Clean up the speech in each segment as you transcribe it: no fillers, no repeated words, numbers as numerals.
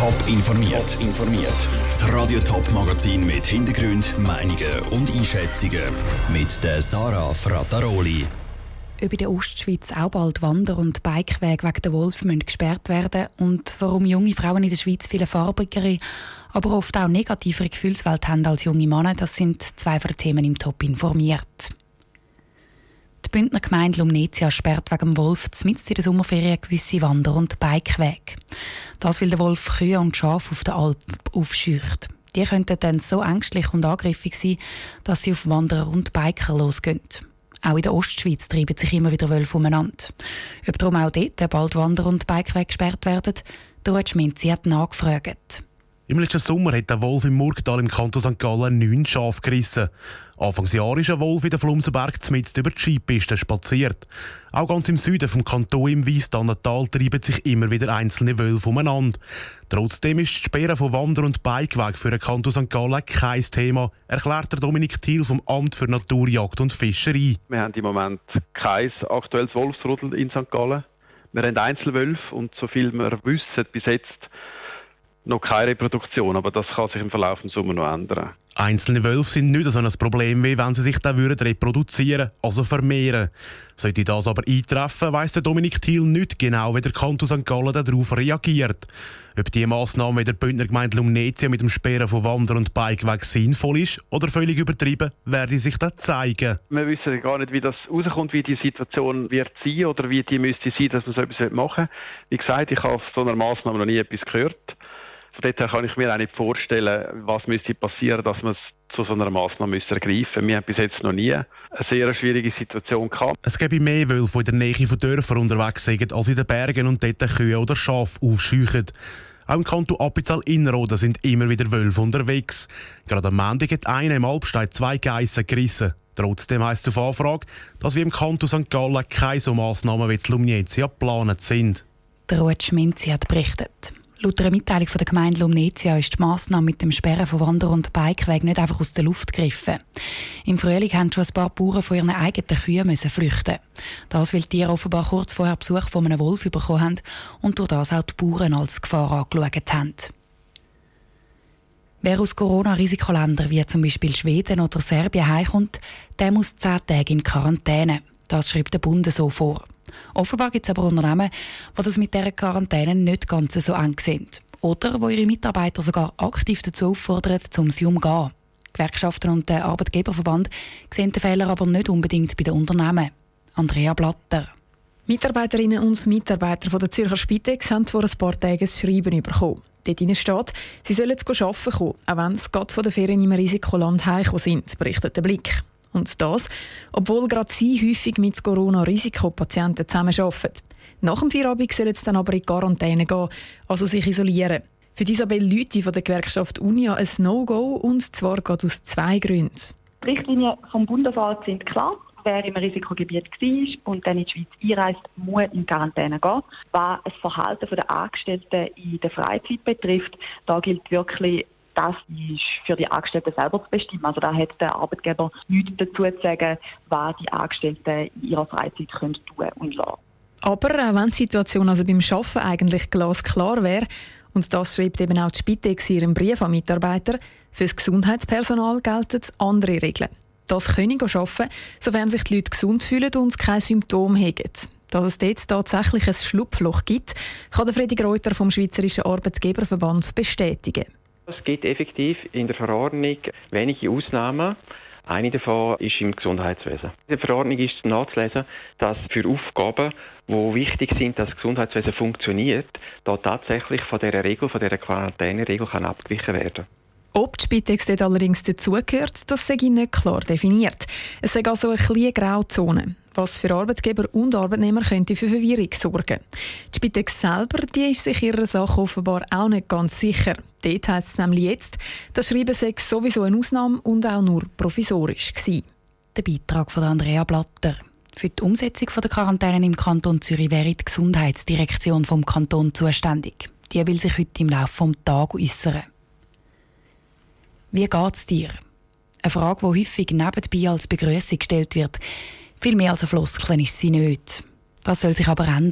Top informiert. Das Radio Top Magazin mit Hintergrund, Meinungen und Einschätzungen mit der Sarah Frataroli. Ob in der Ostschweiz auch bald Wander- und Bikewege wegen der Wolf gesperrt werden und warum junge Frauen in der Schweiz viele farbigere, aber oft auch negativere Gefühlswelt haben als junge Männer, das sind zwei von den Themen im Top informiert. Die Bündner Gemeinde Lumnezia sperrt wegen dem Wolf mitten in der Sommerferien gewisse Wander- und Bikewege. Das, weil der Wolf Kühe und Schafe auf der Alp aufscheucht. Die könnten dann so ängstlich und angriffig sein, dass sie auf Wanderer und Biker losgehen. Auch in der Ostschweiz treiben sich immer wieder Wölfe umeinander. Ob darum auch dort bald Wander- und Bikewege gesperrt werden, der Ruud Schminzi hat nachgefragt. Im letzten Sommer hat der Wolf im Murgtal im Kanton St. Gallen 9 Schafe gerissen. Anfangsjahr ist ein Wolf in den Flumsenberg mitten über die Skipiste spaziert. Auch ganz im Süden vom Kanton im Weisstannental treiben sich immer wieder einzelne Wölfe umeinander. Trotzdem ist die Sperre von Wander- und Bikeweg für den Kanton St. Gallen kein Thema, erklärt der Dominik Thiel vom Amt für Naturjagd und Fischerei. Wir haben im Moment kein aktuelles Wolfsrudel in St. Gallen. Wir haben Einzelwölfe und so viel wir wissen bis jetzt noch keine Reproduktion, aber das kann sich im Verlauf des Sommers noch ändern. Einzelne Wölfe sind nicht so ein Problem, wie wenn sie sich dann reproduzieren, also vermehren. Sollte das aber eintreffen, weiss der Dominik Thiel nicht genau, wie der Kanton St. Gallen darauf reagiert. Ob diese Massnahme wie der Bündner Gemeinde Lumnezia mit dem Sperren von Wander- und Bikeweg sinnvoll ist oder völlig übertrieben, werde sich dann zeigen. Wir wissen gar nicht, wie das rauskommt, wie die Situation wird sein oder wie die müsste sein, dass man so etwas machen will. Wie gesagt, ich habe von so einer Massnahme noch nie etwas gehört. Von daher kann ich mir auch nicht vorstellen, was müsste passieren, dass man zu so einer Massnahme ergreifen müsste. Wir haben bis jetzt noch nie eine sehr schwierige Situation gehabt. Es gäbe mehr Wölfe, die in der Nähe von Dörfern unterwegs sind, als in den Bergen und dort Kühe oder Schafe aufscheuchen. Auch im Kanton Appenzell-Innerrhoden sind immer wieder Wölfe unterwegs. Gerade am Montag hat einer im Albstein 2 Geissen gerissen. Trotzdem heisst es auf Anfrage, dass wir im Kanton St. Gallen keine so Massnahmen wie die Lumnezia geplant sind. Der Ruud Schminzi hat berichtet. Laut einer Mitteilung von der Gemeinde Lumnezia ist die Massnahme mit dem Sperren von Wander- und Bikewegen nicht einfach aus der Luft gegriffen. Im Frühling haben schon ein paar Bauern von ihren eigenen Kühen flüchten. Das, weil die Tiere offenbar kurz vorher Besuch von einem Wolf bekommen haben und durch das auch die Bauern als Gefahr angeschaut haben. Wer aus Corona-Risikoländern wie zum Beispiel Schweden oder Serbien heimkommt, der muss 10 Tage in Quarantäne. Das schreibt der Bund so vor. Offenbar gibt es aber Unternehmen, die das mit dieser Quarantäne nicht ganz so eng sind. Oder wo ihre Mitarbeiter sogar aktiv dazu auffordern, um sie umzugehen. Die Gewerkschaften und der Arbeitgeberverband sehen den Fehler aber nicht unbedingt bei den Unternehmen. Andrea Blatter. Mitarbeiterinnen und Mitarbeiter von der Zürcher Spitex haben vor ein paar Tagen ein Schreiben bekommen. Dort steht, sie sollen zu arbeiten kommen, auch wenn sie gerade von den Ferien im Risikoland heimgekommen sind, berichtet der Blick. Und das, obwohl gerade sie häufig mit Corona-Risikopatienten zusammenarbeiten. Nach dem Feierabend sollen sie dann aber in Quarantäne gehen, also sich isolieren. Für Isabel Lüthi von der Gewerkschaft Unia ein No-Go, und zwar gerade aus 2 Gründen. Die Richtlinien vom Bundesrat sind klar. Wer im Risikogebiet war und dann in die Schweiz einreist, muss in Quarantäne gehen. Was das Verhalten der Angestellten in der Freizeit betrifft, da gilt wirklich, das ist für die Angestellten selber zu bestimmen. Also da hat der Arbeitgeber nichts dazu zu sagen, was die Angestellten in ihrer Freizeit tun und lassen. Aber auch wenn die Situation also beim Arbeiten eigentlich glasklar wäre, und das schreibt eben auch die Spitex in ihrem Brief an Mitarbeiter, für das Gesundheitspersonal gelten andere Regeln. Das können arbeiten, sofern sich die Leute gesund fühlen und keine Symptome haben. Dass es dort tatsächlich ein Schlupfloch gibt, kann der Fredi Greuter vom Schweizerischen Arbeitgeberverband bestätigen. Es gibt effektiv in der Verordnung wenige Ausnahmen. Eine davon ist im Gesundheitswesen. In der Verordnung ist nachzulesen, dass für Aufgaben, die wichtig sind, dass das Gesundheitswesen funktioniert, da tatsächlich von dieser Regel, von dieser Quarantäneregel abgewichen werden kann. Ob die Spitex dort allerdings dazugehört, das sei nicht klar definiert. Es sei also eine kleine Grauzone, was für Arbeitgeber und Arbeitnehmer könnte für Verwirrung sorgen. Die Spitex selber, die ist sich ihrer Sache offenbar auch nicht ganz sicher. Dort heisst es nämlich jetzt, das Schreiben sei sowieso eine Ausnahme und auch nur provisorisch gewesen. Der Beitrag von Andrea Blatter. Für die Umsetzung der Quarantäne im Kanton Zürich wäre die Gesundheitsdirektion vom Kanton zuständig. Die will sich heute im Laufe des Tages äußern. Wie geht's dir? Eine Frage, die häufig nebenbei als Begrüßung gestellt wird. Viel mehr als ein Floskel ist sie nicht. Das soll sich aber ändern.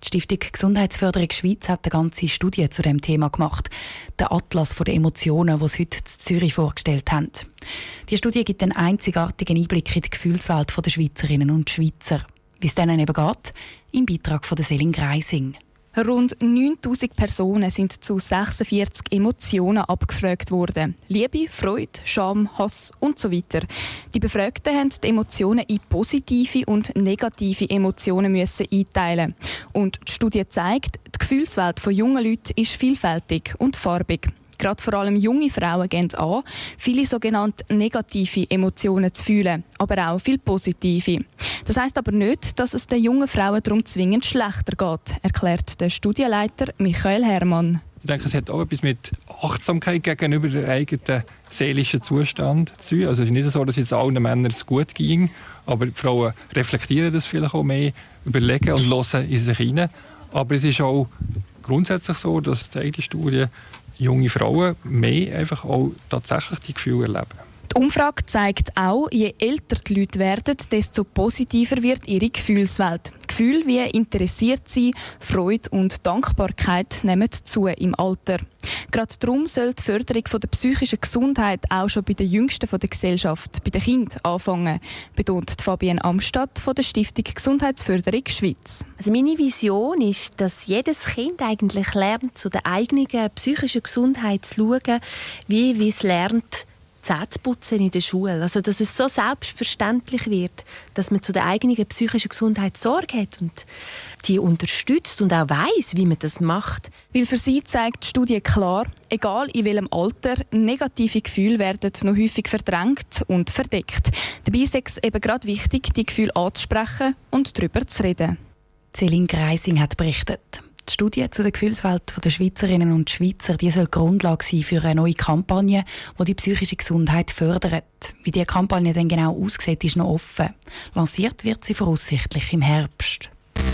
Die Stiftung Gesundheitsförderung Schweiz hat eine ganze Studie zu dem Thema gemacht. Der Atlas der Emotionen, den sie heute in Zürich vorgestellt haben. Die Studie gibt einen einzigartigen Einblick in die Gefühlswelt der Schweizerinnen und Schweizer. Wie es denen eben geht, im Beitrag von Selin Greising. Rund 9000 Personen sind zu 46 Emotionen abgefragt worden. Liebe, Freude, Scham, Hass und so weiter. Die Befragten haben die Emotionen in positive und negative Emotionen müssen einteilen. Und die Studie zeigt, die Gefühlswelt von jungen Leuten ist vielfältig und farbig. Gerade vor allem junge Frauen gehen an, viele sogenannte negative Emotionen zu fühlen, aber auch viel positive. Das heisst aber nicht, dass es den jungen Frauen darum zwingend schlechter geht, erklärt der Studienleiter Michael Hermann. Ich denke, es hat auch etwas mit Achtsamkeit gegenüber dem eigenen seelischen Zustand zu tun. Also es ist nicht so, dass jetzt allen Männern es gut ging, aber die Frauen reflektieren das vielleicht auch mehr, überlegen und hören in sich hinein. Aber es ist auch grundsätzlich so, dass die eigene Studie junge Frauen mehr einfach auch tatsächlich die Gefühle erleben. Die Umfrage zeigt auch, je älter die Leute werden, desto positiver wird ihre Gefühlswelt. Gefühle wie interessiert sein, Freude und Dankbarkeit nehmen zu im Alter. Gerade darum soll die Förderung der psychischen Gesundheit auch schon bei den Jüngsten der Gesellschaft, bei den Kindern, anfangen, betont Fabienne Amstadt von der Stiftung Gesundheitsförderung Schweiz. Also meine Vision ist, dass jedes Kind eigentlich lernt, zu der eigenen psychischen Gesundheit zu schauen, wie es lernt, Zähne zu putzen in der Schule. Also, dass es so selbstverständlich wird, dass man zu der eigenen psychischen Gesundheit Sorge hat und die unterstützt und auch weiss, wie man das macht. Weil für sie zeigt die Studie klar, egal in welchem Alter, negative Gefühle werden noch häufig verdrängt und verdeckt. Dabei ist es eben gerade wichtig, die Gefühle anzusprechen und darüber zu reden. Selin Greising hat berichtet. Die Studie zu der Gefühlswelt der Schweizerinnen und Schweizer die soll Grundlage sein für eine neue Kampagne, die die psychische Gesundheit fördert. Wie diese Kampagne dann genau aussieht, ist noch offen. Lanciert wird sie voraussichtlich im Herbst.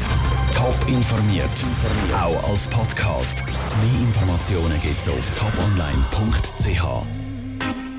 Top informiert, auch als Podcast. Mehr Informationen gibt's auf toponline.ch.